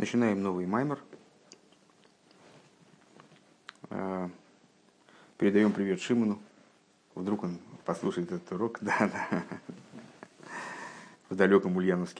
Начинаем новый маймер. Передаем привет Шимону. Вдруг он послушает этот урок. Да. В далеком Ульяновске.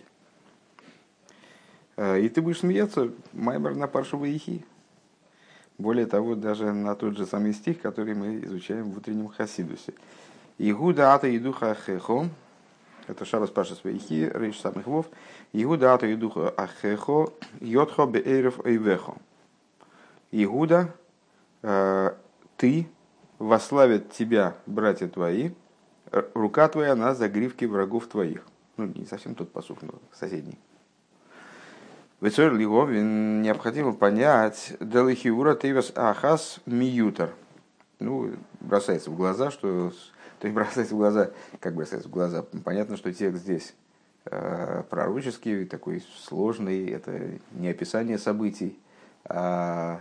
И ты будешь смеяться, маймер на паршу Ваихи. Более того, даже на тот же самый стих, который мы изучаем в утреннем Хасидусе. Игуда ата идуха ахехо. Это Шабас Пашас Ваихи, речь самых вов. Игуда ата идуха ахехо, йотхо беэрев эйвехо. Игуда, ты, восславят тебя, братья твои, рука твоя на загривке врагов твоих. Ну, не совсем тот пасук, но соседний. Вецор Лиговин необходимо понять, делихиура тейвас ахас миютер. Ну, бросается в глаза, что... То есть бросается в глаза, как бросается в глаза? Понятно, что текст здесь пророческий, такой сложный, это не описание событий, а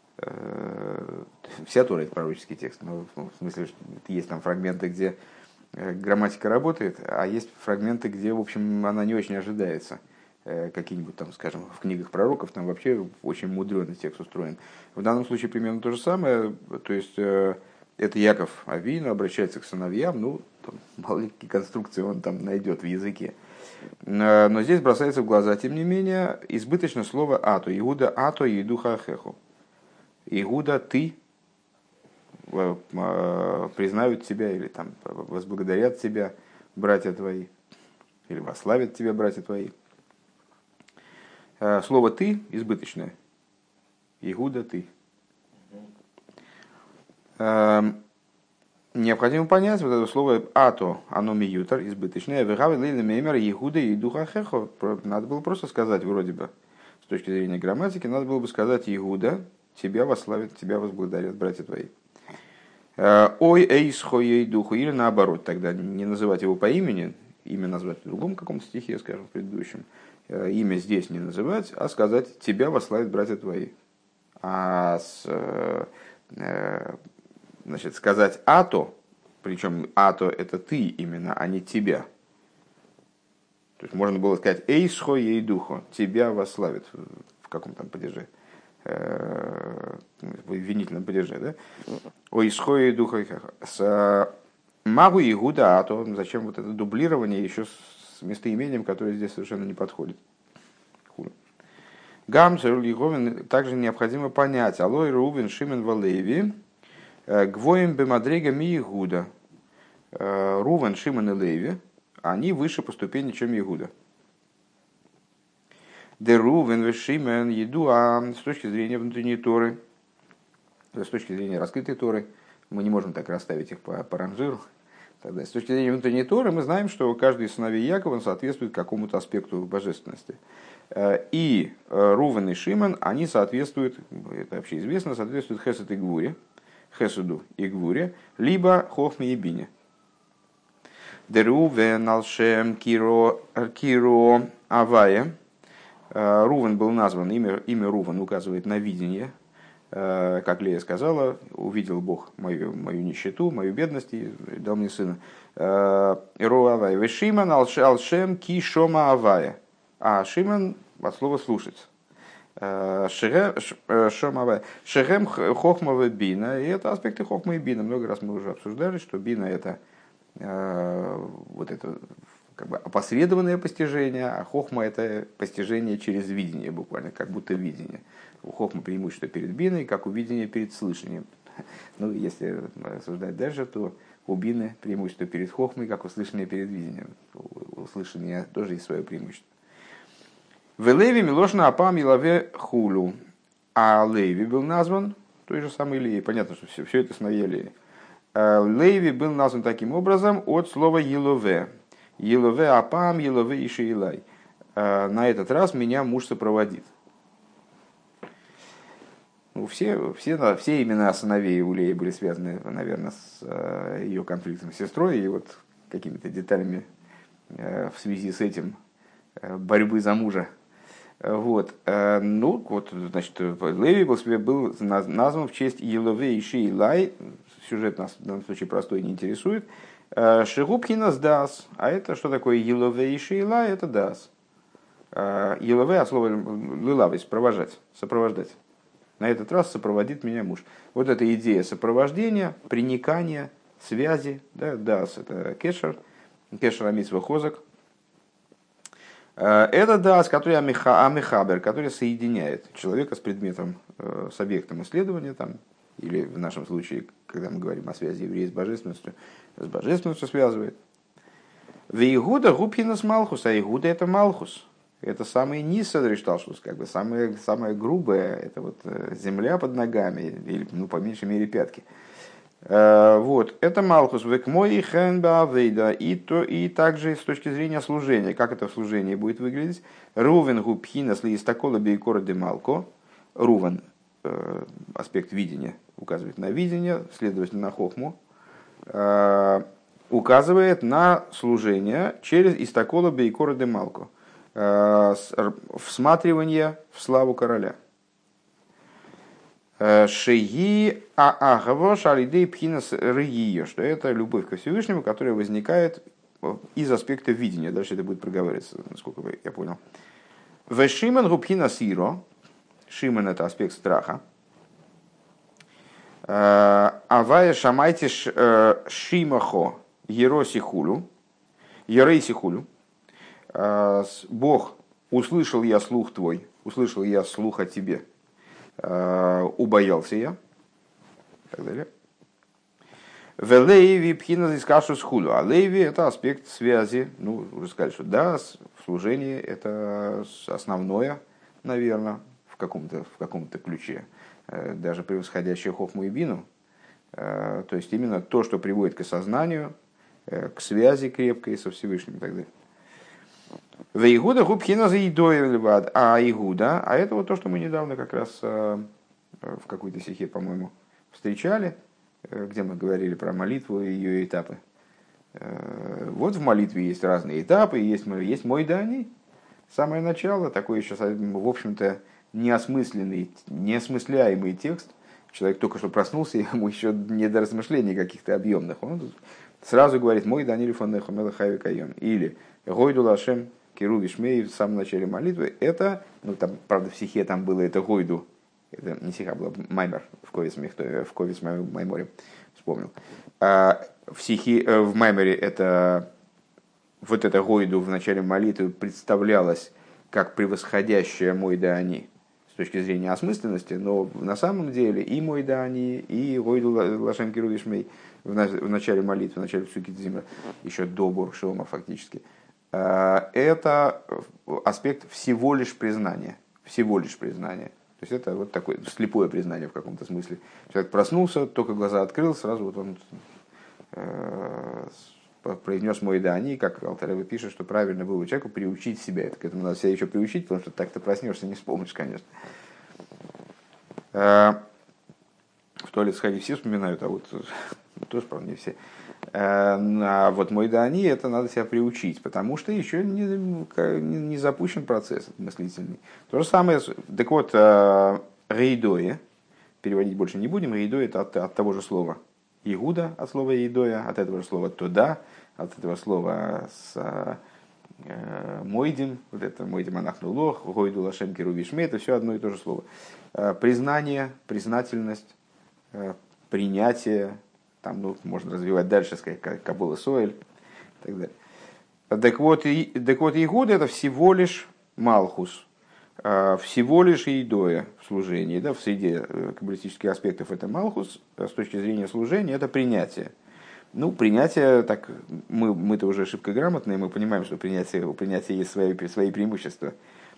вся Тора — это пророческий текст. Ну, в смысле, что есть там фрагменты, где грамматика работает, а есть фрагменты, где, в общем, она не очень ожидается. Какие-нибудь там, скажем, в книгах пророков, там вообще очень мудренный текст устроен. В данном случае примерно то же самое, то есть это Яков Авину обращается к сыновьям, ну, там, мало ли какие конструкции он там найдет в языке. Но здесь бросается в глаза, тем не менее, избыточно слово «ато». Игуда «ато» и «идуха ахеху». Игуда «ты» признают тебя или там возблагодарят тебя братья твои, или восславят тебя братья твои. Слово «ты» избыточное. Игуда «ты». Необходимо понять вот это слово «ато», оно миютер, избыточное. Надо было просто сказать, вроде бы, с точки зрения грамматики, надо было бы сказать «Игуда», тебя восславят, тебя возблагодарят братья твои. «Ой, эйс, хоей, духу», или наоборот, тогда не называть его по имени, имя назвать в другом каком-то стихе, скажем, в предыдущем, имя здесь не называть, а сказать «тебя восславят братья твои». Значит, сказать «ато», причем «ато» — это ты именно, а не тебя. То есть можно было сказать «эйсхо ей духо», тебя восславят в каком там падеже, в винительном падеже, да? «Эйсхо ей духо». С «магу и гуда ато», зачем вот это дублирование еще с местоимением, которое здесь совершенно не подходит. Гамцер Лиговин также необходимо понять «алой Рувен Шимен Валеви». Гвоим бемадрега ми Игуда. Рувен, Шимон и Леви, они выше по ступени, чем Игуда. Де Рувен и Шимон еду, а с точки зрения внутренней Торы, с точки зрения раскрытой Торы, мы не можем так расставить их по ранжиру. Тогда, с точки зрения внутренней Торы мы знаем, что каждый из сыновей Якова соответствует какому-то аспекту божественности. И Рувен и Шимон, они соответствуют, это вообще известно, соответствуют Хесед и Гвуре, Хесуду и Гвуре, либо Хохме и Бине. Дерувен алшем киро авая. Рувен был назван, имя Рувен указывает на видение. Как Лея сказала, увидел Бог мою нищету, мою бедность и дал мне сына. Ро авая. Вешиман алшем ки шома авая. А Шимон от слова слушать. Шехем хохмова бина, и это аспекты хохма и бина. Много раз мы уже обсуждали, что бина — это вот это как бы опосредованное постижение, а хохма — это постижение через видение, буквально, как будто видение. У хохма преимущество перед биной, как у видения перед слышанием. Ну, если рассуждать дальше, то у бины преимущество перед хохмой, как у слышания перед видением. У слышания тоже есть свое преимущество. В Леви Милошна Апам Елаве Хулу. А Леви был назван той же самой Леей. Понятно, что все это сыновья Леи. Леви был назван таким образом от слова Елове. Елове Апам, Елове Ишеилай. На этот раз меня муж сопроводит. Ну, все имена сыновей у Леи были связаны, наверное, с ее конфликтом с сестрой и вот какими-то деталями в связи с этим борьбы за мужа. Вот. Ну, вот, значит, Леви был назван в честь Елове Ишеилай. Сюжет нас в данном случае простой, не интересует. Шигубхинас дас. А это что такое Елове Ишеилай? Это дас. Елове от слова лылавис, сопровождать. На этот раз сопроводит меня муж. Вот эта идея сопровождения, приникания, связи, да, дас, это кешер амитсва хозак. Это дас, который амихабер, который соединяет человека с предметом, с объектом исследования, там, или в нашем случае, когда мы говорим о связи еврея с божественностью связывает. В Игуда губхинас малхус, а Игуда это малхус. Это самый низ Седришталшус, как бы самое грубое, это вот земля под ногами, или, ну, по меньшей мере, пятки. Вот, это Малхус, векмой хенба авейда, и также с точки зрения служения, как это служение будет выглядеть. Рувен губхинас ли истакола бейкора де малко. Рувен, аспект видения, указывает на видение, следовательно, на хохму, указывает на служение через истакола бейкора де малко. Всматривание в славу короля. Шеи аагавош алидей пхинас рыгиё, что это любовь ко Всевышнему, которая возникает из аспекта видения. Дальше это будет проговариваться, насколько я понял. Вешимен губхинас иро. Шимен — это аспект страха. Авая шамайтиш шимахо еросихулю. Ерейсихулю. Бог, услышал я слух твой, услышал я слух о тебе, убоялся я, и так далее. В лейви пхина искашу схулю, а лейви — это аспект связи, ну, уже сказали, что да, в служении это основное, наверное, в каком-то ключе, даже превосходящее хохму и бину, то есть именно то, что приводит к осознанию, к связи крепкой со Всевышним и так далее. В Игуда губхина за идоя, а Игуда, а это вот то, что мы недавно как раз в какой-то стихе, по-моему, встречали, где мы говорили про молитву и ее этапы. Вот в молитве есть разные этапы, есть мойдани, самое начало, такой еще, в общем-то, неосмысляемый текст. Человек только что проснулся, ему еще не до размышлений каких-то объемных. Он сразу говорит: мой Даниль фоннеху мелахави кайон. Или Гойду лашем кируви шмей в самом начале молитвы. Это, ну там, правда, в стихе там было это Гойду. Это не стиха, было Маймер в Ковец Майморе. Вспомнил. А в Маймере это вот это Гойду в начале молитвы представлялось как превосходящее мой да они с точки зрения осмысленности, но на самом деле и мой да они, и Гойду лашем кируви шмей в начале молитвы, в начале Псуки Дзимра, еще до Боршома фактически, это аспект всего лишь признания. Всего лишь признания. То есть это вот такое слепое признание в каком-то смысле. Человек проснулся, только глаза открыл, сразу вот он произнес мой да они, как Алтер Ребе пишет, что правильно было человеку приучить себя. Это к этому надо себя еще приучить, потому что так ты проснешься, не вспомнишь, конечно. В туалет сходить все вспоминают, а вот тоже, правда, не все. А вот мой да они, это надо себя приучить, потому что еще не запущен процесс мыслительный. То же самое, так вот, рейдоя, переводить больше не будем, рейдоя — это от того же слова Игуда, от слова Идоя, от этого же слова Туда, от этого слова с Мойдим, вот это Мойдим Анахнулох, Гойду Лашем Кируви Шмей, это все одно и то же слово. Признание, признательность, принятие, там, ну, можно развивать дальше, сказать, как Кабула Соэль и так далее. Так вот, Игуда — это всего лишь Малхус, всего лишь Идоя в служении, да, в среде каббалистических аспектов это Малхус, с точки зрения служения это принятие. Ну, принятие, так, мы-то уже шибко грамотные, мы понимаем, что у принятия есть свои преимущества,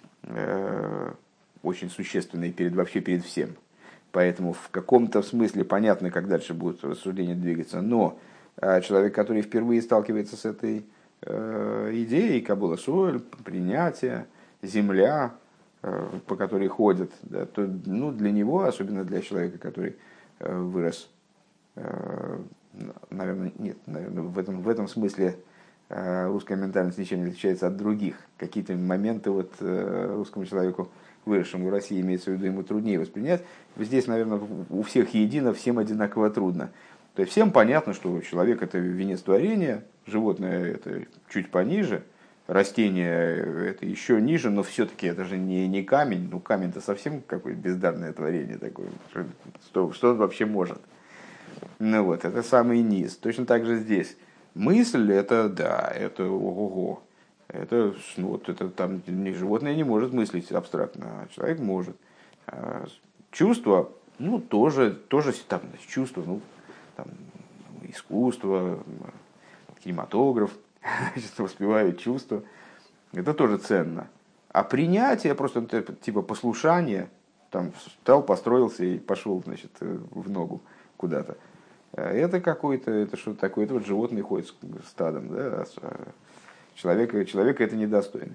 очень существенные вообще перед всем. Поэтому в каком-то смысле понятно, как дальше будут рассуждения двигаться. Но человек, который впервые сталкивается с этой идеей, Кабула Соэль, принятие, земля, по которой ходят, да, то, ну, для него, особенно для человека, который вырос, наверное, в этом смысле русская ментальность ничем не отличается от других. Какие-то моменты вот русскому человеку, выросшему в России, имеется в виду, ему труднее воспринять. Здесь, наверное, у всех едино, всем одинаково трудно. То есть всем понятно, что человек — это венец творения, животное — это чуть пониже, растение это еще ниже, но все-таки это же не камень. Ну, камень-то совсем какое-то бездарное творение такое. Что он вообще может? Ну вот, это самый низ. Точно так же здесь. Мысль это да, это ого-го. Это, ну, вот, это там животное не может мыслить абстрактно, а человек может. Чувство, ну, тоже там, чувство, ну, там, искусство, кинематограф, воспевают чувства. Это тоже ценно. А принятие, просто типа послушание, там встал, построился и пошел, значит, в ногу куда-то. Это какое-то, это что-то такое, это вот животное ходит с стадом, да? Человека это недостойно.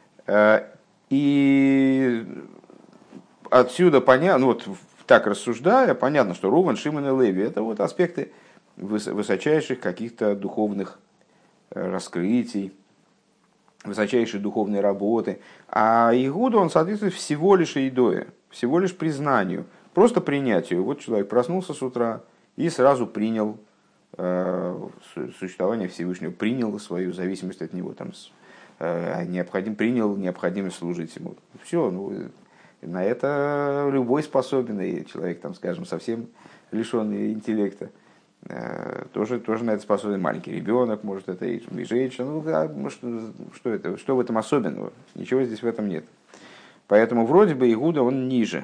И отсюда понятно, ну вот так рассуждая, понятно, что Рувен, Шимон и Леви это вот аспекты высочайших каких-то духовных раскрытий, высочайшей духовной работы. А Игуда, он соответствует всего лишь идое, всего лишь признанию, просто принятию. Вот человек проснулся с утра и сразу принял существование Всевышнего, принял свою зависимость от него, там, принял необходимость служить ему. Все, ну, на это любой способен, и человек, там, скажем, совсем лишенный интеллекта, тоже на это способен. Маленький ребенок может это, и женщина. Ну, да, что это? Что в этом особенного? Ничего здесь в этом нет. Поэтому вроде бы Игуда он ниже.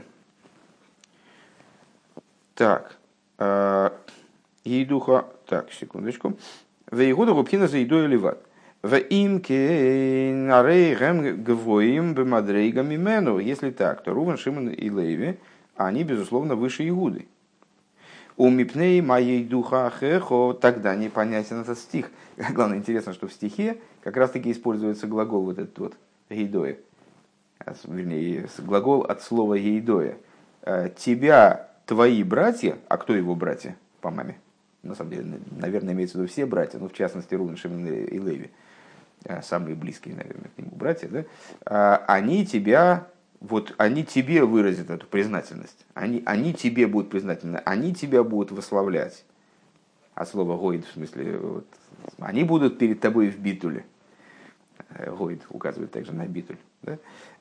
Так. Ейдуха. Так, секундочку. В Игуда губхина за едой ливат. В имке нарейгам гвоим бемадрейгам имену. Если так, то Рувен, Шимон и Леви, они, безусловно, выше Игуды. У мипней моей духа хехо, тогда непонятен этот стих. Главное, интересно, что в стихе как раз таки используется глагол вот этот вот, гейдоя. Вернее, глагол от слова гейдоя. Тебя, твои братья, а кто его братья по маме? На самом деле, наверное, имеется в виду все братья, но в частности Рувен, Шимон и Леви, самые близкие, наверное, к нему братья, да? Они тебя... Вот они тебе выразят эту признательность. Они тебе будут признательны. Они тебя будут восславлять. От слова гойд, в смысле, вот, они будут перед тобой в битуле. Гойд указывает также на битуль. Да?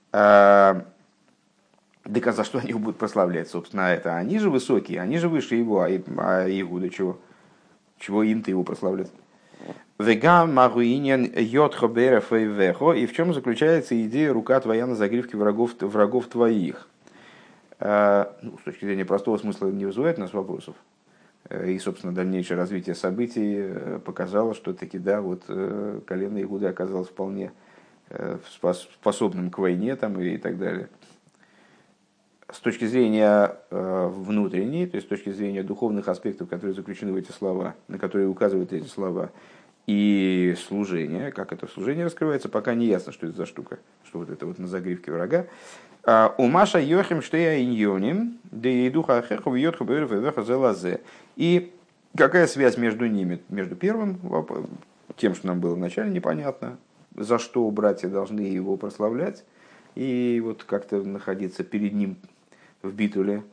Так а за что они его будут прославлять, собственно, это? Они же высокие, они же выше его, а Игуда чего? Чего им-то его прославлять? И в чем заключается идея рука твоя на загривке врагов твоих? Ну, с точки зрения простого смысла не вызывает у нас вопросов. И, собственно, дальнейшее развитие событий показало, что таки, да, вот колено Игуды оказалось вполне способным к войне там, и так далее. С точки зрения внутренней, то есть с точки зрения духовных аспектов, которые заключены в эти слова, на которые указывают эти слова, и служение, как это служение раскрывается, пока не ясно, что это за штука, что вот это вот на загривке врага. У Маша Йохим, что я иньоним, да и духа ахеху йотху бэвэха зелазе. И какая связь между ними? Между первым, тем, что нам было вначале непонятно, за что братья должны его прославлять, и вот как-то находиться перед ним в битуле,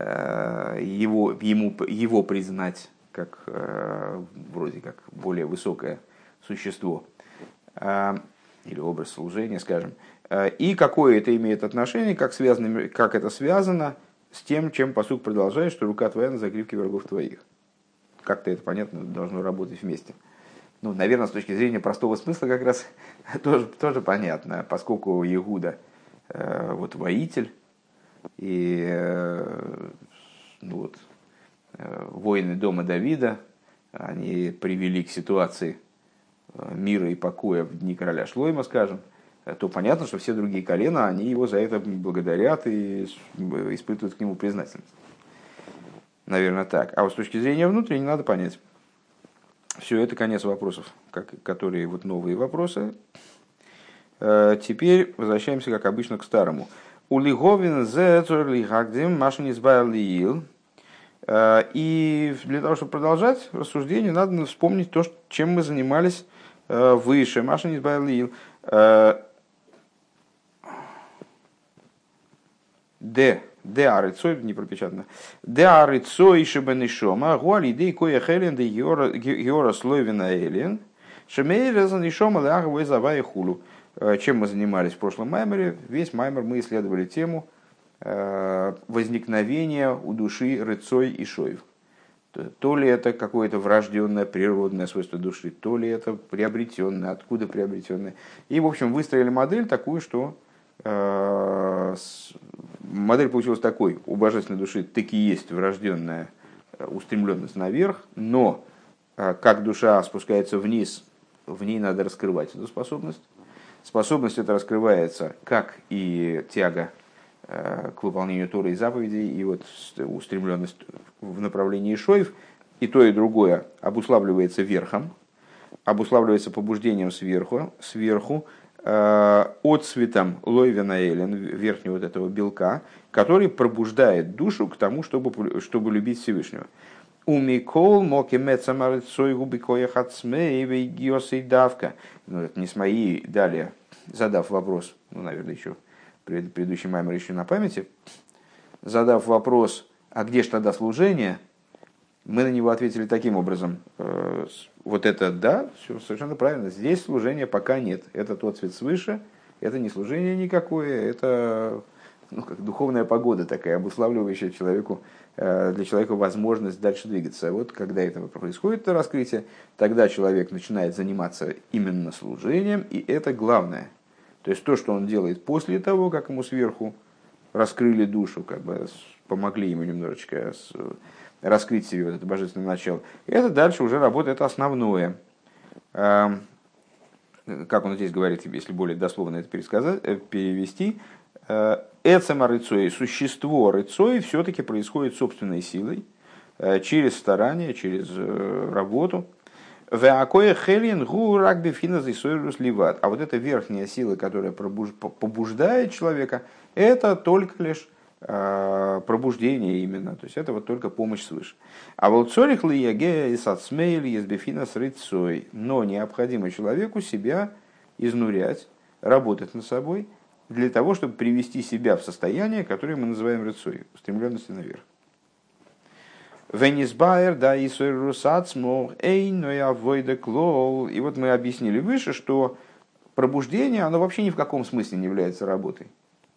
его признать как вроде как более высокое существо или образ служения, скажем, и какое это имеет отношение, как это связано с тем, чем пасук продолжает, что рука твоя на загривке врагов твоих. Как-то это, понятно, должно работать вместе. Ну, наверное, с точки зрения простого смысла как раз тоже понятно, поскольку Игуда вот воитель и ну, вот, воины дома Давида, они привели к ситуации мира и покоя в дни короля Шлойма, скажем, то понятно, что все другие колена, они его за это благодарят и испытывают к нему признательность. Наверное, так. А вот с точки зрения внутренней надо понять. Все, это конец вопросов, которые вот новые вопросы. Теперь возвращаемся, как обычно, к старому. Улиговин зэцур лихагдим машин избавил. И для того, чтобы продолжать рассуждение, надо вспомнить то, чем мы занимались выше. Машин избавил. Де арыцой, не пропечатано. Де арыцой шибанишома, гуали дей коя хелен де геора слойвина элен, Шемей резан и шома ляговой завай хулу. Чем мы занимались в прошлом маймере? Весь маймер мы исследовали тему возникновения у души рыцой и шоев. То ли это какое-то врожденное природное свойство души, то ли это приобретенное, откуда приобретенное. И, в общем, выстроили модель такую, что модель получилась такой: у божественной души таки есть врожденная устремленность наверх, но как душа спускается вниз, в ней надо раскрывать эту способность. Способность эта раскрывается, как и тяга к выполнению Торы и заповедей, и вот устремленность в направлении шоев, и то, и другое обуславливается верхом, обуславливается побуждением сверху, отцветом лойвена элен, верхнего вот этого белка, который пробуждает душу к тому, чтобы любить Всевышнего. Умикол мокимеца марцой губикоя хацмей вейгиосей давка. Ну, это не с моей, далее, задав вопрос, ну, наверное, еще предыдущий маймер еще на памяти, задав вопрос, а где же тогда служение, мы на него ответили таким образом: вот это да, все совершенно правильно, здесь служения пока нет, это тот цвет свыше, это не служение никакое, это как духовная погода такая, обуславливающая для человека возможность дальше двигаться. Вот когда это происходит, это раскрытие, тогда человек начинает заниматься именно служением, и это главное. То есть то, что он делает после того, как ему сверху раскрыли душу, как бы помогли ему немножечко раскрыть себе вот это божественное начало, это дальше уже работа, это основное. Как он здесь говорит, если более дословно это перевести, эцема рыцой, существо рыцой все-таки происходит собственной силой, через старание, через работу. А вот эта верхняя сила, которая побуждает человека, это только лишь пробуждение именно, то есть это вот только помощь свыше. А вот цорих ли яге и сацмейл езбефина с рыцой, но необходимо человеку себя изнурять, работать над собой, для того, чтобы привести себя в состояние, которое мы называем рыцой, устремленностью наверх. Венисбайер, да, и сойрусацмох, эй, но я войда клоу. И вот мы объяснили выше, что пробуждение, оно вообще ни в каком смысле не является работой.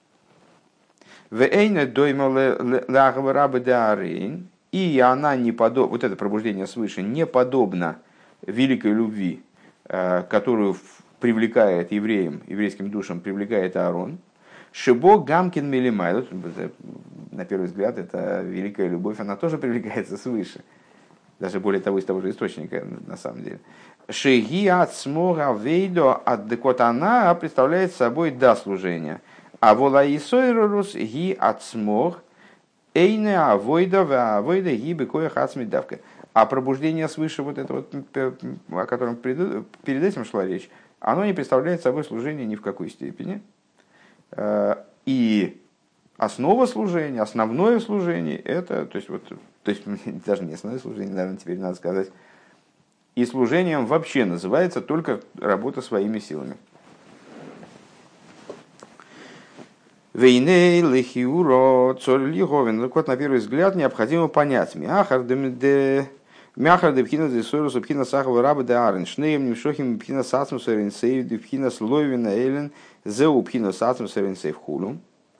И она не подобна, вот это пробуждение свыше, не подобно великой любви, которую привлекает евреям, еврейским душам привлекает Аарон. Шибо Гамкин Мелимай. На первый взгляд, это великая любовь, она тоже привлекается свыше. Даже более того, из того же источника, на самом деле. Шеги от смога вейдо, вот она представляет собой служение. А вола исойрус ги от смог эйне авойда авойда ги бекоя хацмидавка. А пробуждение свыше, вот это вот, о котором перед этим шла речь, оно не представляет собой служение ни в какой степени. И основа служения, основное служение, это, то есть даже не основное служение, наверное, теперь надо сказать, и служением вообще называется только работа своими силами. Вейней лехиуро цоль лиховен. Вот на первый взгляд необходимо понять. Мяхар де пхина де сойрус пхина сахова раба де арен. Шнеем немшохим пхина сацм соренсей де пхина слойвина элен зеу пхина сацм соренсей в хулу.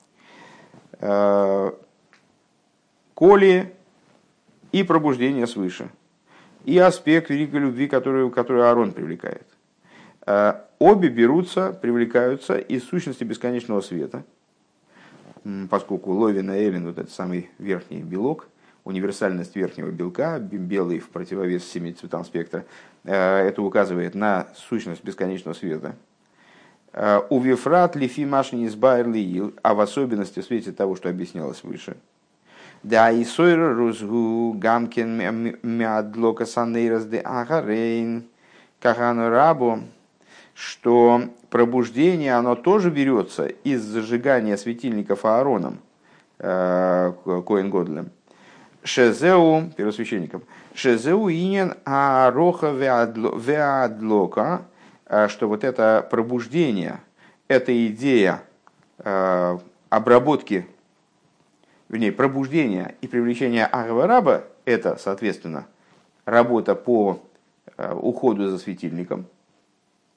Коли и пробуждение свыше, и аспект великой любви, которую Аарон привлекает. Обе привлекаются из сущности бесконечного света, поскольку ловина элен, вот этот самый верхний белок, универсальность верхнего белка, белый в противовес 7 цветам спектра, это указывает на сущность бесконечного света. У вифрат лифи машни избайр лиил, а в особенности в свете того, что объяснялось выше. Да и сойр рузгу гамкин мядлока санейрас де агарейн кахану рабу, что пробуждение, оно тоже берется из зажигания светильников Аароном, Коэн Годлем, Шезеу, первосвященником, Шезеу инен аароха веадлока, что вот это пробуждение, эта идея обработки, вернее, пробуждения и привлечения Ахава-раба, это, соответственно, работа по уходу за светильником,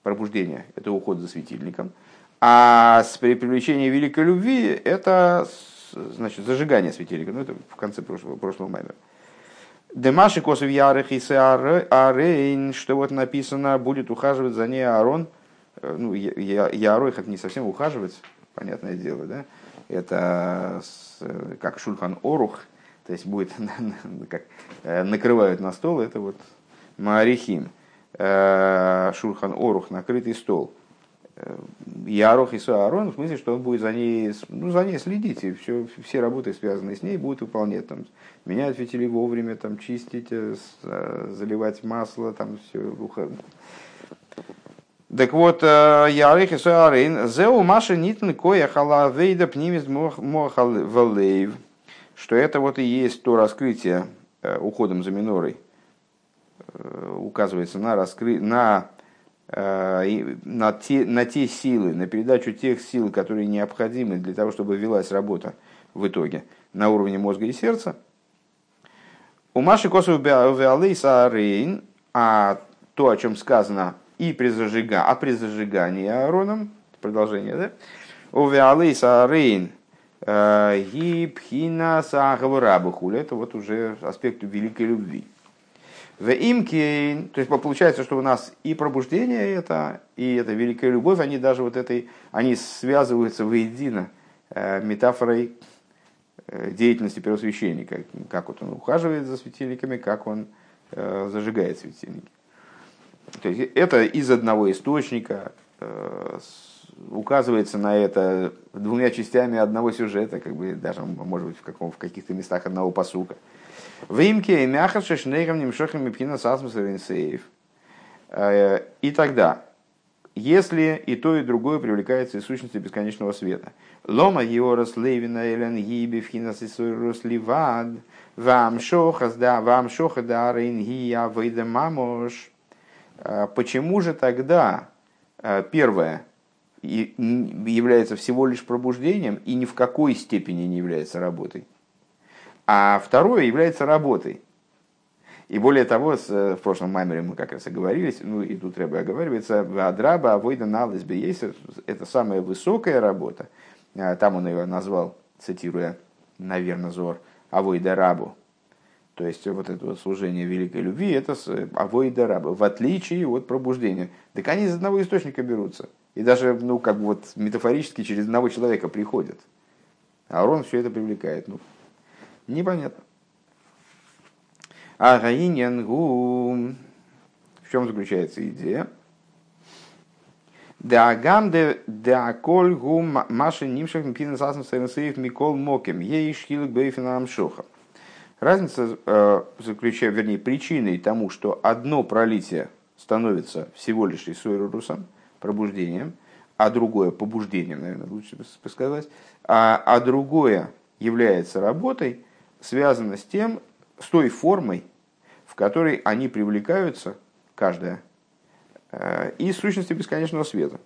пробуждение – это уход за светильником, а при привлечении великой любви – это, значит, зажигание светильника. Ну, это в конце прошлого маймера. Демаши косов ярых и арейн, что вот написано, будет ухаживать за ней Аарон. Ну, ярых это не совсем ухаживать, понятное дело, да? Это как шульхан орух, то есть будет как накрывают на стол, это вот маарихим. Шульхан орух, накрытый стол. Ярох и Аарон, в смысле, что он будет за ней следить, и все работы, связанные с ней, будут выполнять. Там, менять фитили вовремя, там, чистить, заливать масло, там все. Так вот, Ярох и Аарон, зеу маша нитн коя халавейда пнимис мохал валейв, что это вот и есть то раскрытие уходом за минорой, указывается на те силы, на передачу тех сил, которые необходимы для того, чтобы велась работа в итоге на уровне мозга и сердца. У Маши Косов Беалейса Арейн, а то, о чем сказано и при зажигании Аароном, продолжение, да? У Беалейса Арейн Гибхина Сахаварабухуль, это вот уже аспект великой любви. В имке, то есть получается, что у нас и пробуждение это, и эта великая любовь, они даже вот они связываются воедино метафорой деятельности первосвященника, как вот он ухаживает за светильниками, как он зажигает светильники. То есть это из одного источника, указывается на это двумя частями одного сюжета, как бы даже, может быть, в каких-то местах одного пасука. И тогда, если и то, и другое привлекается из сущности бесконечного света. Лома Йорас Левина Элен Гиби Вхинас Исурус Ливад Вам Шохас Дарин Гия Вейда Мамош. Почему же тогда первое является всего лишь пробуждением и ни в какой степени не является работой? А второе является работой. И более того, в прошлом маймере мы как раз оговорились, ну и тут Ребе оговаривается, «Адраба авойда налыс бейс» – это самая высокая работа. Там он ее назвал, цитируя, наверное, Зор, «авойда рабу». То есть вот это вот служение великой любви – это авойда раба, в отличие от пробуждения. Так они из одного источника берутся. И даже, ну, как бы вот метафорически через одного человека приходят. А Аарон все это привлекает. Ну, непонятно. А гаиньянгу, в чем заключается идея? Даагам де аколь гу маши нимшах мпинас асм сэрнсэйв микол мокем ей шхилк бэйфинам шоха. Разница заключается, вернее, причиной тому, что одно пролитие становится всего лишь исуэрурусом, пробуждением, а другое побуждением, наверное, лучше сказать, а другое является работой, связано с тем, с той формой, в которой они привлекаются, каждая, из сущности бесконечного света.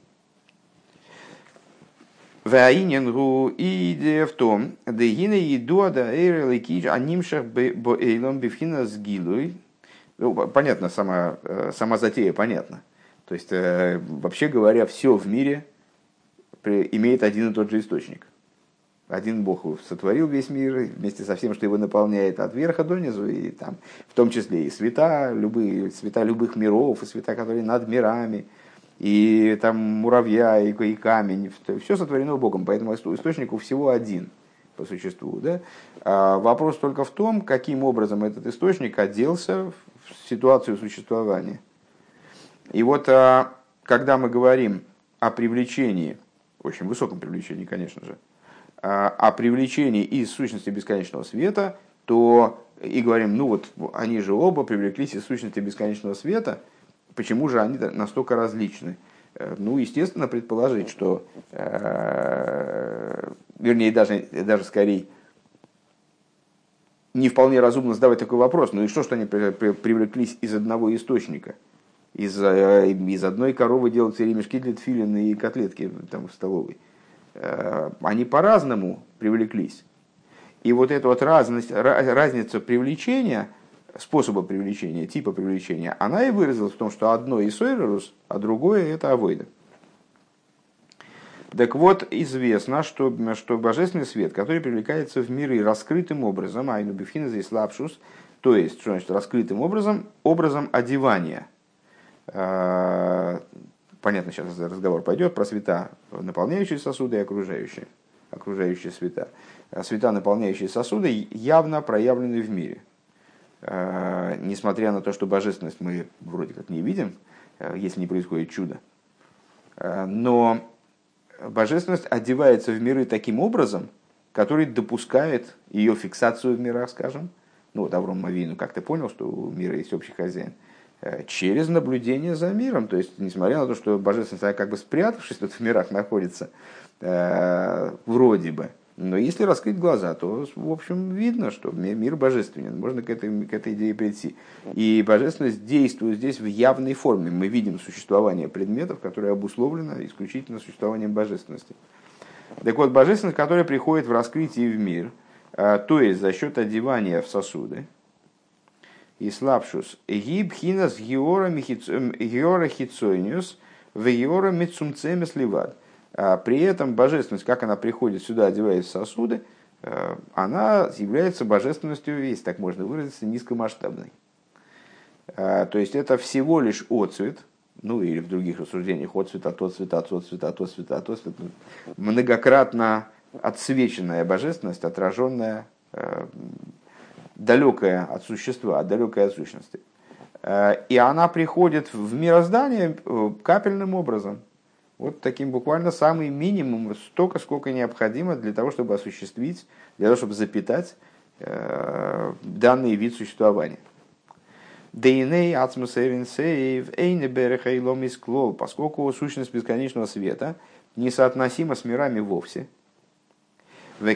Ваиненгу и идея в том, дегина едуа да эйреликидж анимшах боэйлом бифхина сгилуй. Понятно, сама затея понятна. То есть, вообще говоря, все в мире имеет один и тот же источник. Один Бог сотворил весь мир вместе со всем, что его наполняет от верха до низу, и там, в том числе и света, света любых миров, и света, которые над мирами, и там муравья, и камень. Все сотворено Богом, поэтому источник у всего один по существу. Да? Вопрос только в том, каким образом этот источник оделся в ситуацию существования. И вот, когда мы говорим о привлечении, очень высоком привлечении, конечно же, о привлечении из сущности бесконечного света, то и говорим, ну вот они же оба привлеклись из сущности бесконечного света, почему же они настолько различны? Ну, естественно, предположить, что, вернее, даже скорее, не вполне разумно задавать такой вопрос, ну и что они привлеклись из одного источника? Из одной коровы делаются ремешки для тфилин и котлетки там в столовой. Они по-разному привлеклись. И вот эта вот разница привлечения, способа привлечения, типа привлечения, она и выразилась в том, что одно исойрерус, а другое это авойда. Так вот, известно, что божественный свет, который привлекается в миры раскрытым образом, айну бифхина здесь лапшус, то есть, что значит раскрытым образом, образом одевания. Понятно, сейчас разговор пойдет про света, наполняющие сосуды и окружающие света. Света, наполняющие сосуды, явно проявлены в мире. Несмотря на то, что божественность мы вроде как не видим, если не происходит чудо. Но божественность одевается в миры таким образом, который допускает ее фиксацию в мирах, скажем. Ну вот Авром Авину как-то понял, что у мира есть общий хозяин. Через наблюдение за миром. То есть, несмотря на то, что божественность, как бы спрятавшись тут в мирах, находится вроде бы. Но если раскрыть глаза, то, в общем, видно, что мир божественен. Можно к этой идее прийти. И божественность действует здесь в явной форме. Мы видим существование предметов, которые обусловлено исключительно существованием божественности. Так вот, божественность, которая приходит в раскрытие в мир, то есть за счет одевания в сосуды, и слабшус, гибхинас геора хицойниус, в геора мицумцемес ливад. При этом божественность, как она приходит сюда, одеваясь в сосуды, она является божественностью, если так можно выразиться, низкомасштабной. То есть это всего лишь отцвет, ну или в других рассуждениях отцвет, многократно отсвеченная божественность, отраженная, далекая от существа, далекая от сущности. И она приходит в мироздание капельным образом. Вот таким буквально самый минимум, столько, сколько необходимо для того, чтобы осуществить, для того, чтобы запитать данный вид существования. Поскольку сущность бесконечного света несоотносима с мирами вовсе. И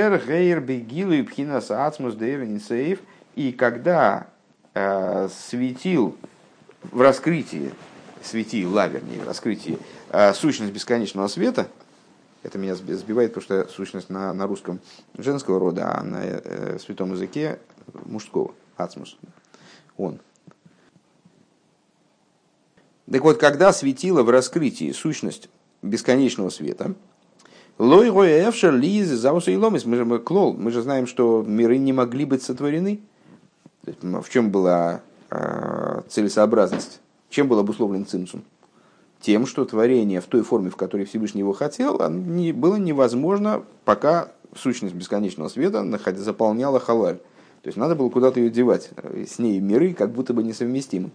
когда светил в раскрытии, вернее, в раскрытии сущность бесконечного света, это меня сбивает, потому что сущность на русском женского рода, а на святом языке мужского, ацмус, он. Так вот, когда светила в раскрытии сущность бесконечного света, мы же знаем, что миры не могли быть сотворены. В чем была целесообразность? Чем был обусловлен цимсум? Тем, что творение в той форме, в которой Всевышний его хотел, было невозможно, пока сущность бесконечного света заполняла халаль. То есть надо было куда-то ее девать. С ней миры как будто бы несовместимы.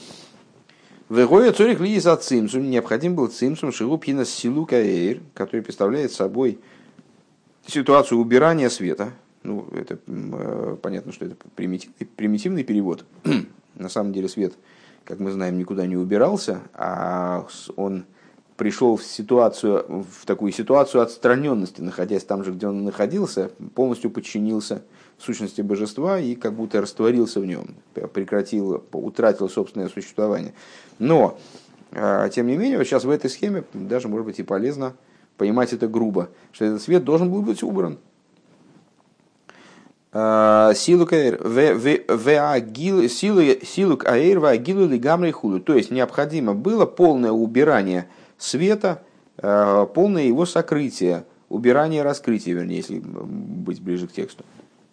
Необходим был цимсум шилупхина силука эйр, который представляет собой ситуацию убирания света. Ну, это понятно, что это примитивный перевод. На самом деле свет, как мы знаем, никуда не убирался, а он пришел в такую ситуацию отстраненности, находясь там же, где он находился, полностью подчинился сущности божества и как будто растворился в нем, утратил собственное существование. Но, тем не менее, сейчас в этой схеме даже, может быть, и полезно понимать это грубо, что этот свет должен был быть убран. Силук аэр ваагилу лигамрей худу. То есть необходимо было полное убирание света, полное его сокрытие, убирание раскрытия, вернее, если быть ближе к тексту.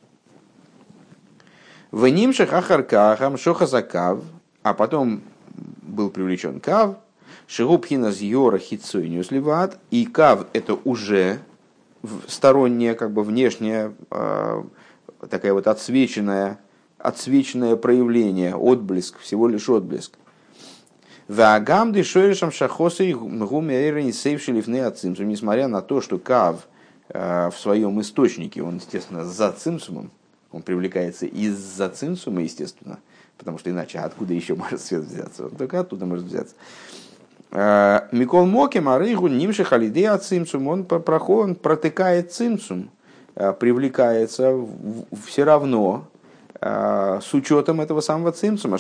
В нимшах ахаркахам шохазакав, а потом был привлечен кав, шигубхина зьора хитсойниус ливат, и кав это уже стороннее, как бы внешнее, такая вот отсвеченное проявление, отблеск, всего лишь отблеск. Ваагамды шойрешам шахосы гумерин сейвшилифны от цимсум, несмотря на то, что кав в своем источнике, он, естественно, за цимсумом, он привлекается из-за цимсума, естественно, потому что иначе откуда еще может свет взяться? Он только оттуда может взяться. Микол Моки Марыгу Нимши Халиде от цимсум, он протыкает цимсум, привлекается все равно с учетом этого самого цимсума.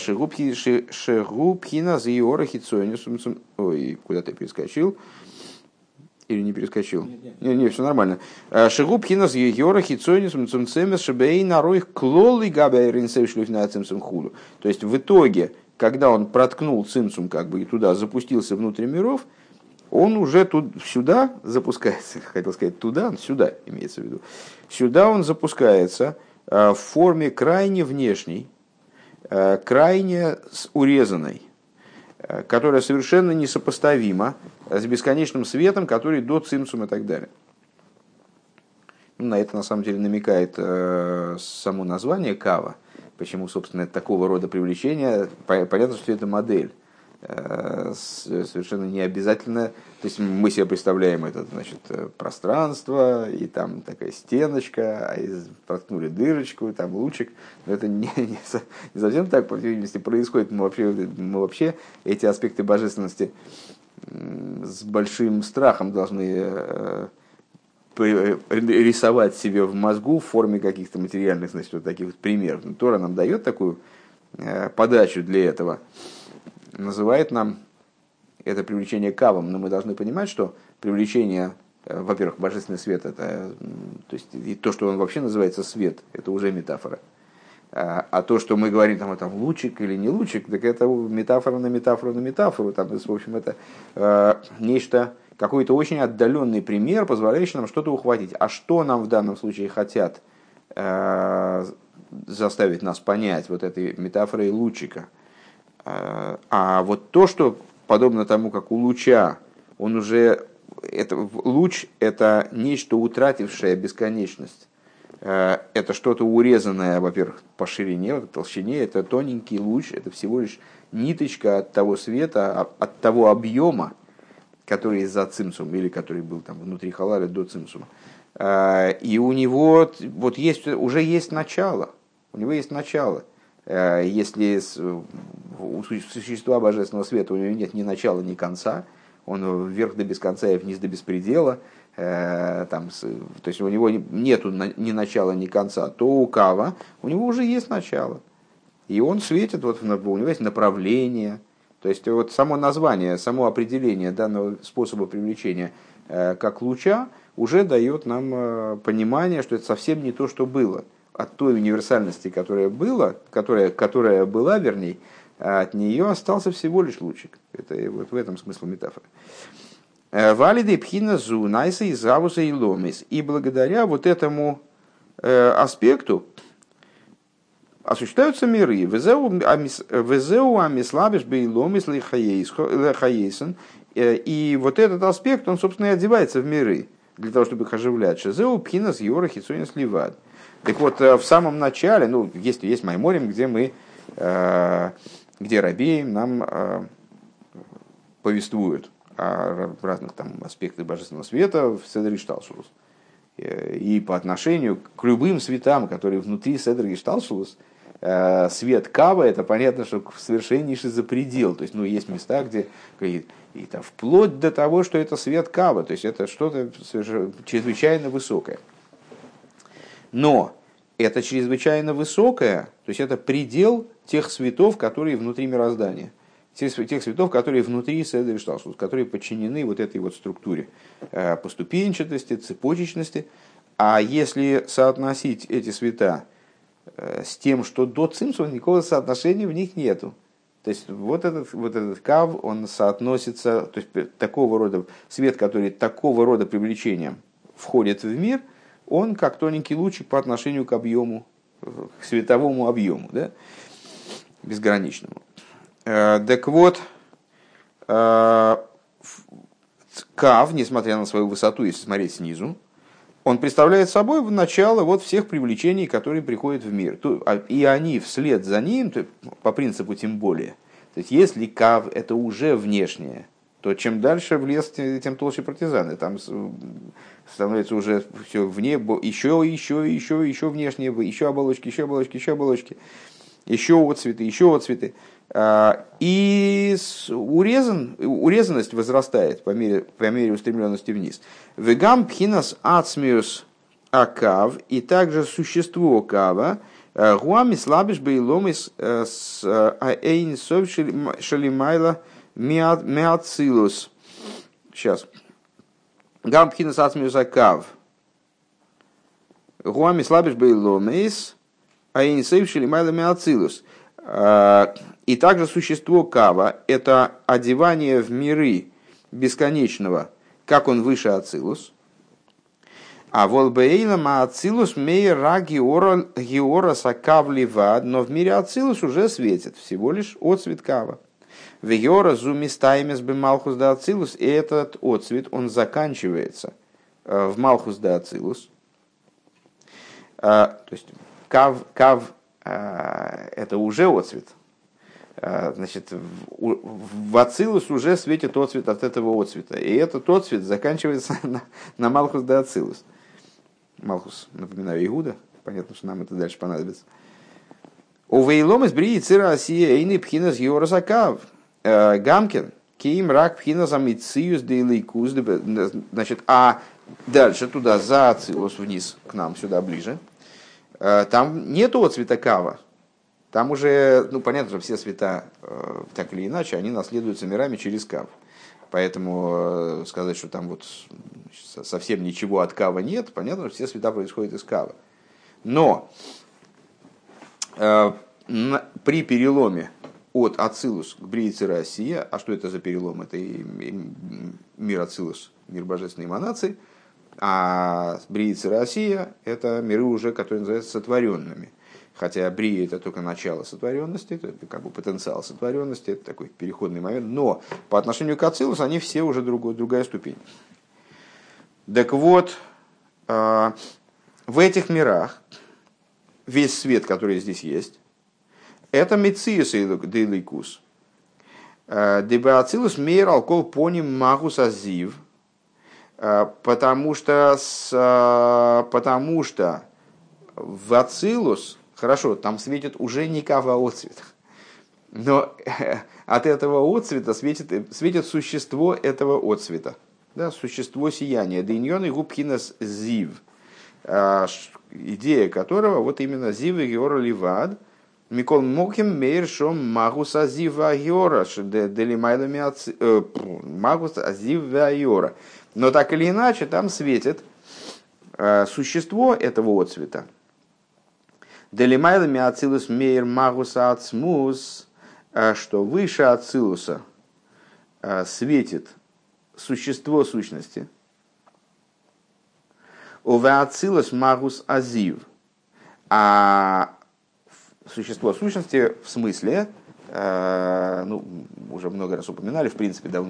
Шегубхина зиора хитсойнисум. Ой, куда ты перескочил? Или не перескочил? Нет. Не, все нормально. Шигуб хинас егора хитсонис мцумцемес шебей нароих клолы габайрин сейшлюфна цимсум худу. То есть в итоге, когда он проткнул цимсум как бы и туда запустился внутрь миров, он уже тут сюда запускается, хотел сказать туда, сюда имеется в виду. Сюда он запускается в форме крайне внешней, крайне урезанной, которая совершенно несопоставима с бесконечным светом, который до цимсум и так далее. На это на самом деле намекает само название кава. Почему, собственно, это такого рода привлечение? Понятно, что это модель. Совершенно не обязательно. То есть мы себе представляем это, значит, пространство, и там такая стеночка, а проткнули дырочку, там лучик. Но это не совсем так, по всей видимости, происходит. Мы вообще эти аспекты божественности с большим страхом должны рисовать себе в мозгу в форме каких-то материальных, значит, вот таких вот примеров. Тора нам дает такую подачу для этого. Называет нам это привлечение кавом, но мы должны понимать, что привлечение, во-первых, божественный свет, это, то есть, и то, что он вообще называется свет, это уже метафора. А то, что мы говорим, там лучик или не лучик, так это метафора на метафору на метафору. Там, в общем, это нечто, какой-то очень отдаленный пример, позволяющий нам что-то ухватить. А что нам в данном случае хотят заставить нас понять вот этой метафорой лучика? А вот то, что подобно тому, как у луча, он уже, луч – это нечто, утратившее бесконечность. Это что-то урезанное, во-первых, по ширине, по толщине, это тоненький луч, это всего лишь ниточка от того света, от того объема, который за цимсум, или который был там внутри халаля до цимсума. И у него вот уже есть начало. У него есть начало. Если у существа божественного света у него нет ни начала, ни конца, он вверх до без конца и вниз до беспредела, то есть у него нет ни начала, ни конца, то у кава у него уже есть начало. И он светит, вот, у него есть направление. То есть вот само название, само определение данного способа привлечения как луча уже дает нам понимание, что это совсем не то, что было. От той универсальности, которая была, вернее, от нее остался всего лишь лучик. Это вот в этом смысл метафоры. Валиды пхина зу найса и завуса и ломис. И благодаря вот этому аспекту осуществляются миры. Везеу амислабиш бей ломис лехаейсон. И вот этот аспект, он, собственно, и одевается в миры, для того, чтобы их оживлять. Шезеу пхина с йора хитсонис ливад. Так вот, в самом начале, есть Майморим, где рабеем нам повествуют о разных там аспектах божественного света в Седер Ишталшулус. И по отношению к любым светам, которые внутри Седер Ишталшулус, свет Кава, это понятно, что совершеннейший запредел. То есть, есть места, где и там, вплоть до того, что это свет Кава, то есть это что-то чрезвычайно высокое. Но это чрезвычайно высокое, то есть это предел тех светов, которые внутри мироздания. Тех светов, которые внутри Седер Ишталшулус, которые подчинены вот этой вот структуре поступенчатости, цепочечности. А если соотносить эти света с тем, что до цимсума, никакого соотношения в них нету. То есть вот этот кав, он соотносится, то есть такого рода свет, который такого рода привлечением входит в мир, он как тоненький лучик по отношению к объему, к световому объему, да, безграничному. Так вот, кав, несмотря на свою высоту, если смотреть снизу, он представляет собой начало вот всех привлечений, которые приходят в мир. И они вслед за ним, по принципу тем более. То есть если кав это уже внешнее, то чем дальше в лес, тем толще партизаны. Там становится уже все вне, еще внешнее, еще оболочки, еще отцветы. И урезанность возрастает по мере устремленности вниз. Вегам пхинас ацмиус акав, и также существо кава, гуамис лабиш бейломис с аэйн сов шалимайла миацилус. Сейчас. Гам пхинас ацмиуса кав. Гуами слабиш бейломейс, а и не сейвшили майлами ацилус. И также существо кава – это одевание в миры бесконечного, как он выше ацилус. А волбейлама ацилус мейра геора сакавливад, но в мире ацилус уже светит всего лишь отцвет кава. В геора зумистаймес бы малхус да ацилус, и этот отцвет, он заканчивается в малхус да ацилус. То есть кав это уже отцвет. Значит, в ацилус уже светит отцвет от этого отцвета. И этот отцвет заканчивается на малхус да ацилус. Малхус, напоминаю, Игуда. Понятно, что нам это дальше понадобится. У вейлом из брии цира осия эйны пхинас йорасакав. Гамкин, киим рак пхинас амициюс дейлейкус. Значит, а дальше туда, за ацилус, вниз, к нам, сюда ближе. Там нет отцвета кава. Там уже, ну, понятно, что все цвета, так или иначе, они наследуются мирами через кав. Поэтому сказать, что там вот совсем ничего от кава нет, понятно, что все цвета происходят из кава. Но при переломе от ацилус к брии цира осия, а что это за перелом? Это и мир ацилус, мир божественной эманации, а брии цира осия – это миры уже, которые называются сотворенными. Хотя брия – это только начало сотворенности, это как бы потенциал сотворенности, это такой переходный момент. Но по отношению к ацилус они все уже другая ступень. Так вот, в этих мирах весь свет, который здесь есть, это мециус дейликус. Деба ацилус мейр алкол поним магус азив. Потому что в ацилус, хорошо, там светит уже не кава отцвет, но от этого отцвета светит существо этого отцвета, да, существо сияния. Дейньон и губхинас зив, идея которого вот именно зив и геора ливад, микол моким мейр шом магус азив агеора, делимайлами магус азив агеора. Но так или иначе там светит существо этого отцвета. Делимайлами ацилус мейр магуса ацмус, что выше ацилуса светит существо сущности. Уве ацилус магус азив. А существо сущности в смысле, ну, уже много раз упоминали, в принципе, давно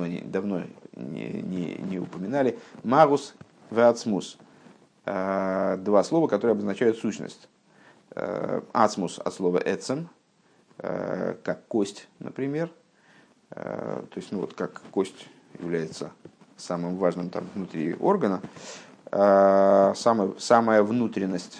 не упоминали, магус веацмус. Два слова, которые обозначают сущность. Ацмус от слова эцем, как кость, например. То есть, ну, вот как кость является самым важным там внутри органа, самая внутренность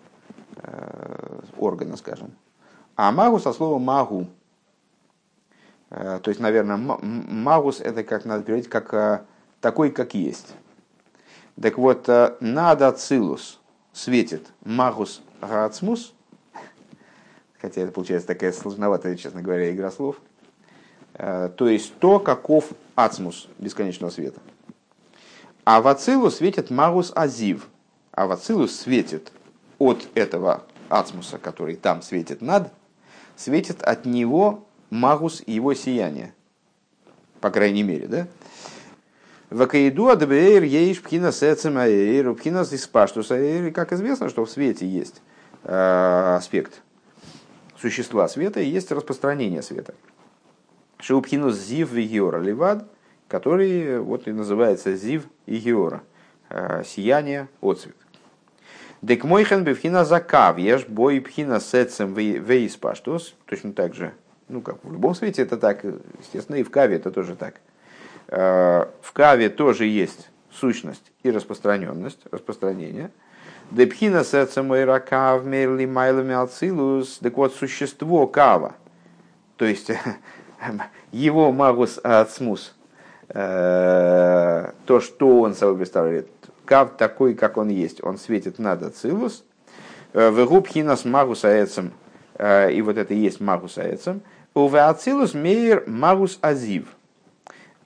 органа, скажем. А магус от слова магу. То есть, наверное, магус это как надо переводить, как такой, как есть. Так вот, над ацилус светит магус гаацмус, хотя это получается такая сложноватая, честно говоря, игра слов. То есть то, каков ацмус бесконечного света. А в ацилус светит магус азив. А в ацилус светит от этого ацмуса, который там светит над, светит от него магус его сияние. По крайней мере, да? Вакаиду адбеир еиш пхинас эцем аэйр, пхинас испаштус аэйр. Как известно, что в свете есть аспект существа света и есть распространение света. Шеупхинус зив и геора ливад, который вот и называется зив и геора, сияние, отцвет. Дек мойхен бевхина закав, еш бой пхина сецем вейспаштус. Точно так же, ну как в любом свете это так, естественно, и в каве это тоже так. В каве тоже есть сущность и распространенность, распространение. Депхина сецем вейракав мерли майлами ацилус. Так вот, существо кава, то есть его магус ацмус, то, что он собой представляет, кав такой, как он есть, он светит над ацилус, вегуб хинас магус аэцем, и вот это и есть магус аэцем, уве ацилус мейр магус азив,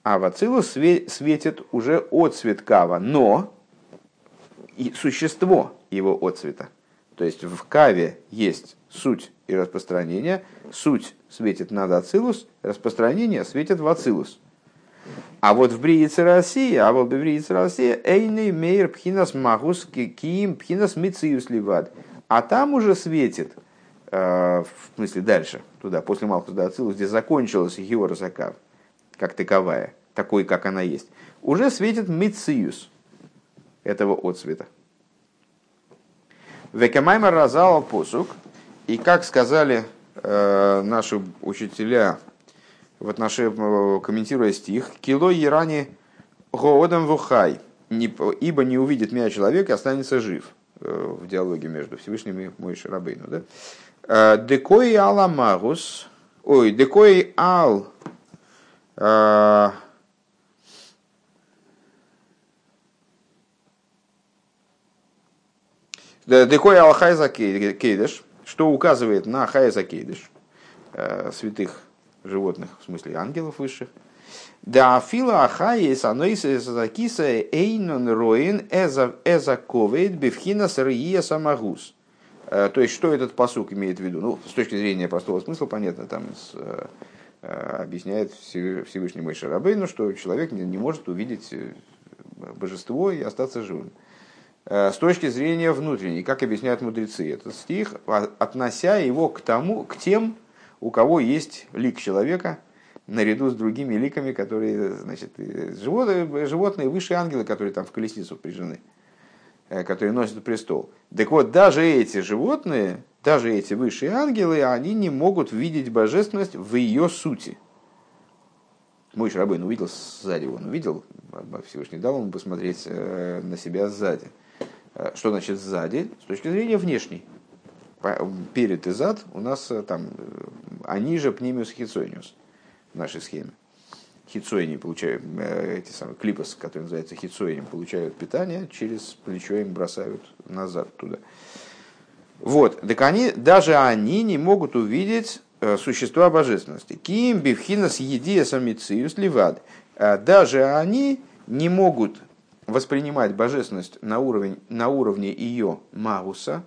А в ацилус светит уже отцвет кава, но и существо его отцвета. То есть в каве есть суть и распространение. Суть светит над ацилус, распространение светит в ацилус. А вот в бриице России, эйный мейр пхинас магус киим пхинас мициус ливад. А там уже светит, в смысле дальше, туда, после Малхус до Ацилус, где закончилась Геора Закав, как таковая, такой, как она есть, уже светит мициус этого отцвета. Векамаймар разал посук, и как сказали наши учителя, комментируя стих, «Кило ерани гоодам вухай», ибо не увидит меня человек и останется жив, в диалоге между Всевышним и Моше Рабейну. Да? «Декой аламагус», ой, «Декой ал», «Декой ал хайза кейдеш», что указывает на хайза кейдеш, святых животных, в смысле ангелов высших. Да фила ахаис анойса закиса эйнон роин эзаковейт бифхина сырия самагус. То есть, что этот пасук имеет в виду? Ну, с точки зрения простого смысла, понятно, там объясняет Всевышний Моше Рабейну, что человек не может увидеть божество и остаться живым. С точки зрения внутренней, как объясняют мудрецы, этот стих, относя его к тем, у кого есть лик человека, наряду с другими ликами, которые, значит, животные, высшие ангелы, которые там в колесницу впряжены, которые носят престол. Так вот, даже эти животные, даже эти высшие ангелы, они не могут видеть божественность в ее сути. Моше Рабейну увидел сзади, он увидел, Всевышний дал ему посмотреть на себя сзади. Что значит сзади? С точки зрения внешней. Перед и зад у нас там, они же пнимиус хицониус в нашей схеме. Хицоини получают, эти самые клипос, которые называются хицоинем, получают питание, через плечо им бросают назад туда. Вот, так даже они не могут увидеть существа божественности. Ким бифхинас едия самициус ливад. Даже они не могут воспринимать божественность на уровне ее магуса,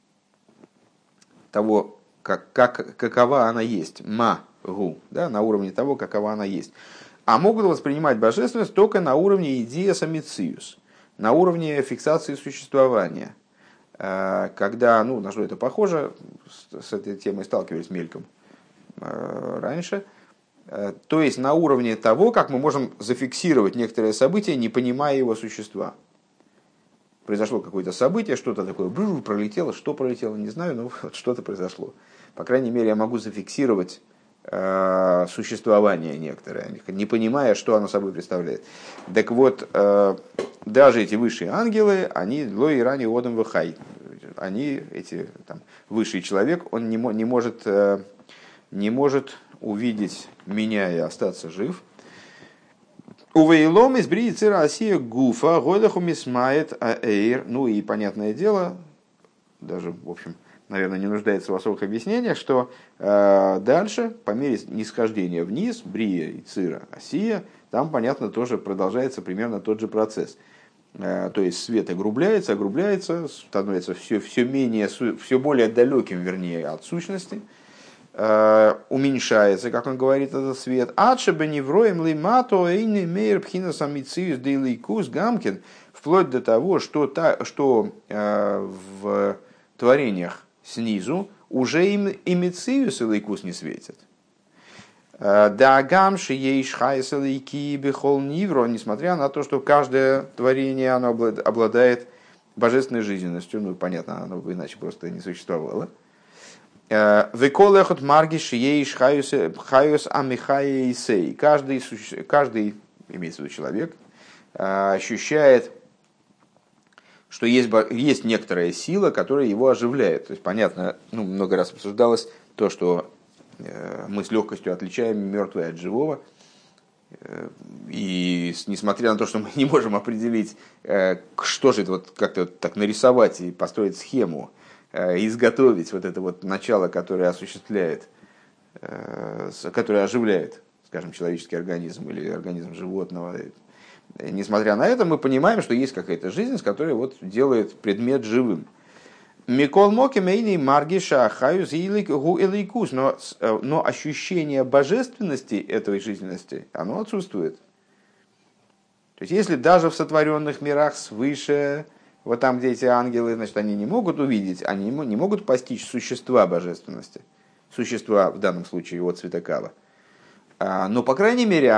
того, какова она есть, магу, да, на уровне того, какова она есть. А могут воспринимать божественность только на уровне идея самициус, на уровне фиксации существования. Когда, ну, на что это похоже, с этой темой сталкивались мельком раньше, то есть на уровне того, как мы можем зафиксировать некоторое событие, не понимая его существа. Произошло какое-то событие, что-то такое пролетело, что пролетело, не знаю, но вот что-то произошло. По крайней мере, я могу зафиксировать существование некоторое, не понимая, что оно собой представляет. Так вот, даже эти высшие ангелы, они лой рани одам вахай, они, эти там, высший человек, он не может увидеть меня и остаться жив. Увейлом из бриицы Россия гуфа годаху мисмает аэйр. Ну и понятное дело, даже, в общем, наверное, не нуждается в особых объяснениях, что дальше, по мере нисхождения вниз, брия и цира осия, там, понятно, тоже продолжается примерно тот же процесс. То есть свет огрубляется, становится все более далеким, вернее, от сущности. Уменьшается, как он говорит, этот свет. Вплоть до того, что в творениях снизу уже и мециус и лейкус не светит. Несмотря на то, что каждое творение оно обладает божественной жизненностью, ну понятно, оно бы иначе просто не существовало. Каждый, имеется в виду человек, ощущает, что есть некоторая сила, которая его оживляет. То есть, понятно, ну, много раз обсуждалось то, что мы с легкостью отличаем мертвое от живого. И несмотря на то, что мы не можем определить, что же это, вот как-то так нарисовать и построить схему, изготовить вот это вот начало, которое осуществляет, которое оживляет скажем, человеческий организм или организм животного. Несмотря на это, мы понимаем, что есть какая-то жизненность, которая вот делает предмет живым. Микол моки мейни маргиша хаюс элейкус, но ощущение божественности этой жизненности, оно отсутствует. То есть, если даже в сотворенных мирах свыше, вот там, где эти ангелы, значит, они не могут увидеть, они не могут постичь существа божественности, существа, в данном случае, от Цветокава. Но, по крайней мере,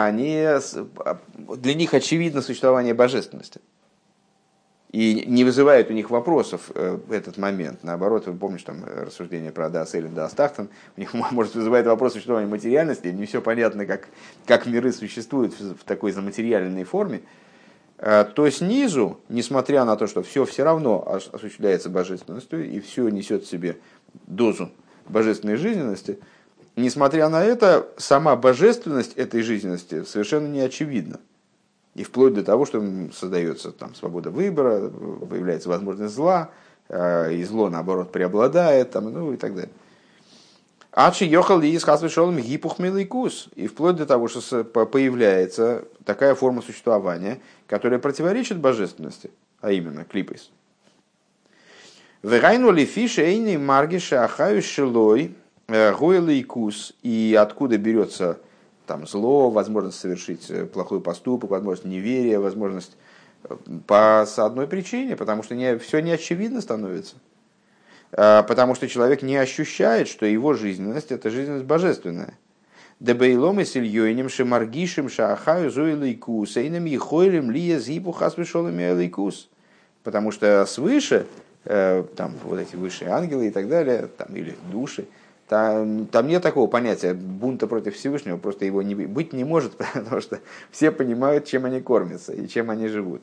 для них очевидно существование божественности. И не вызывает у них вопросов этот момент. Наоборот, вы помните там рассуждение про Даас Эллин, Даас Тахтан, у них, может, вызывает вопрос существования материальности, не все понятно, как миры существуют в такой заматериальной форме, то снизу, несмотря на то, что все равно осуществляется божественностью, и все несет в себе дозу божественной жизненности, несмотря на это, сама божественность этой жизненности совершенно не очевидна. И вплоть до того, что создается там свобода выбора, появляется возможность зла, и зло, наоборот, преобладает, там, ну и так далее. Ачи йохал ли из хасвешолом гипух милейкус. И вплоть до того, что появляется такая форма существования, которая противоречит божественности, а именно клипейс. Вегайну ли фиш эйни маргиша ахаю шилой гуэлейкус. И откуда берется там зло, возможность совершить плохой поступок, возможность неверия, возможность по одной причине, потому что все не очевидно становится. Потому что человек не ощущает, что его жизненность – это жизненность божественная. Дебейлом и сильёйнем шемаргишем шаахаю зойлейкус, эйнем ехойлем лия зипу хасвешолами элейкус. Потому что свыше, там вот эти высшие ангелы и так далее, там, или души, там нет такого понятия бунта против Всевышнего, просто его быть не может, потому что все понимают, чем они кормятся и чем они живут.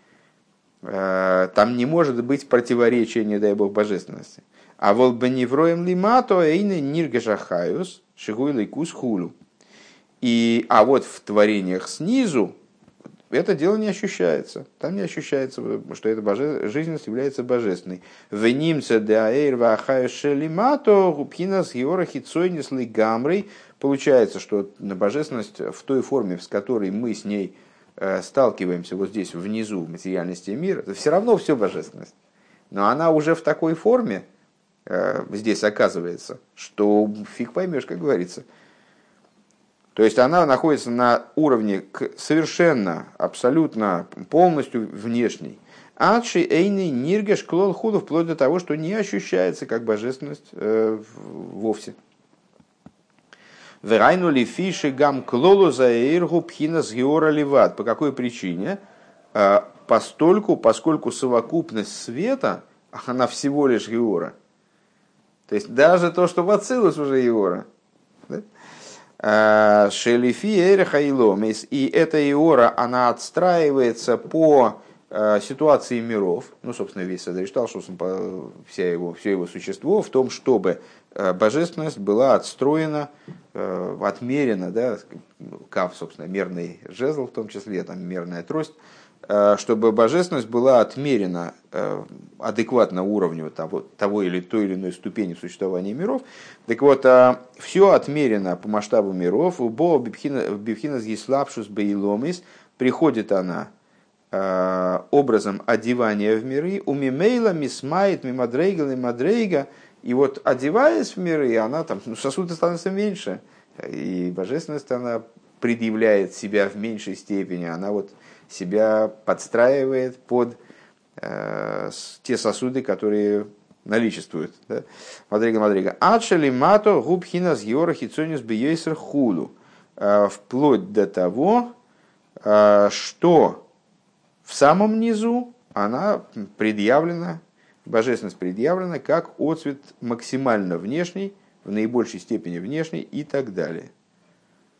Там не может быть противоречия, не дай бог, божественности. А волбаневроем лимато эйны ниргашахаюс шигуйлый кус хулю. А вот в творениях снизу это дело не ощущается. Там не ощущается, что эта жизненность является божественной. Венимца де аэйр вахаюс шелимато губхинас георахи цойнесли гамрей. Получается, что божественность в той форме, с которой мы с ней сталкиваемся вот здесь внизу в материальности мира, это все равно все божественность. Но она уже в такой форме здесь оказывается, что фиг поймешь, как говорится. То есть она находится на уровне совершенно, абсолютно, полностью внешней. Адши эйный ниргеш клол худу, вплоть до того, что не ощущается как божественность вовсе. Верайнули фиши гам клолу за эйргу пхинас геора ливат. По какой причине? Поскольку совокупность света, она всего лишь геора. То есть даже то, что в Ацилус уже геора. Шелифи эйрха иломис. И эта геора, она отстраивается по ситуации миров. Ну, собственно, весь Садриштал, что все его существо в том, чтобы божественность была отстроена, отмерена, да, кав, собственно, мерный жезл, в том числе, там, мерная трость, чтобы божественность была отмерена адекватно уровню того или той или иной ступени существования миров. Так вот, все отмерено по масштабу миров. У Бога бифхинас гислапшус бейломис, приходит она образом одевания в миры, у мимейла мисмает мимадрейгал и мадрейга. И вот, одеваясь в миры, она там, сосуды становятся меньше, и божественность, она предъявляет себя в меньшей степени, она вот себя подстраивает под те сосуды, которые наличествуют. Мадрига. Адшели мато губхина с геора хицонис бейсер хулу. Вплоть до того, что в самом низу она предъявлена, божественность предъявлена как отцвет максимально внешний, в наибольшей степени внешний и так далее.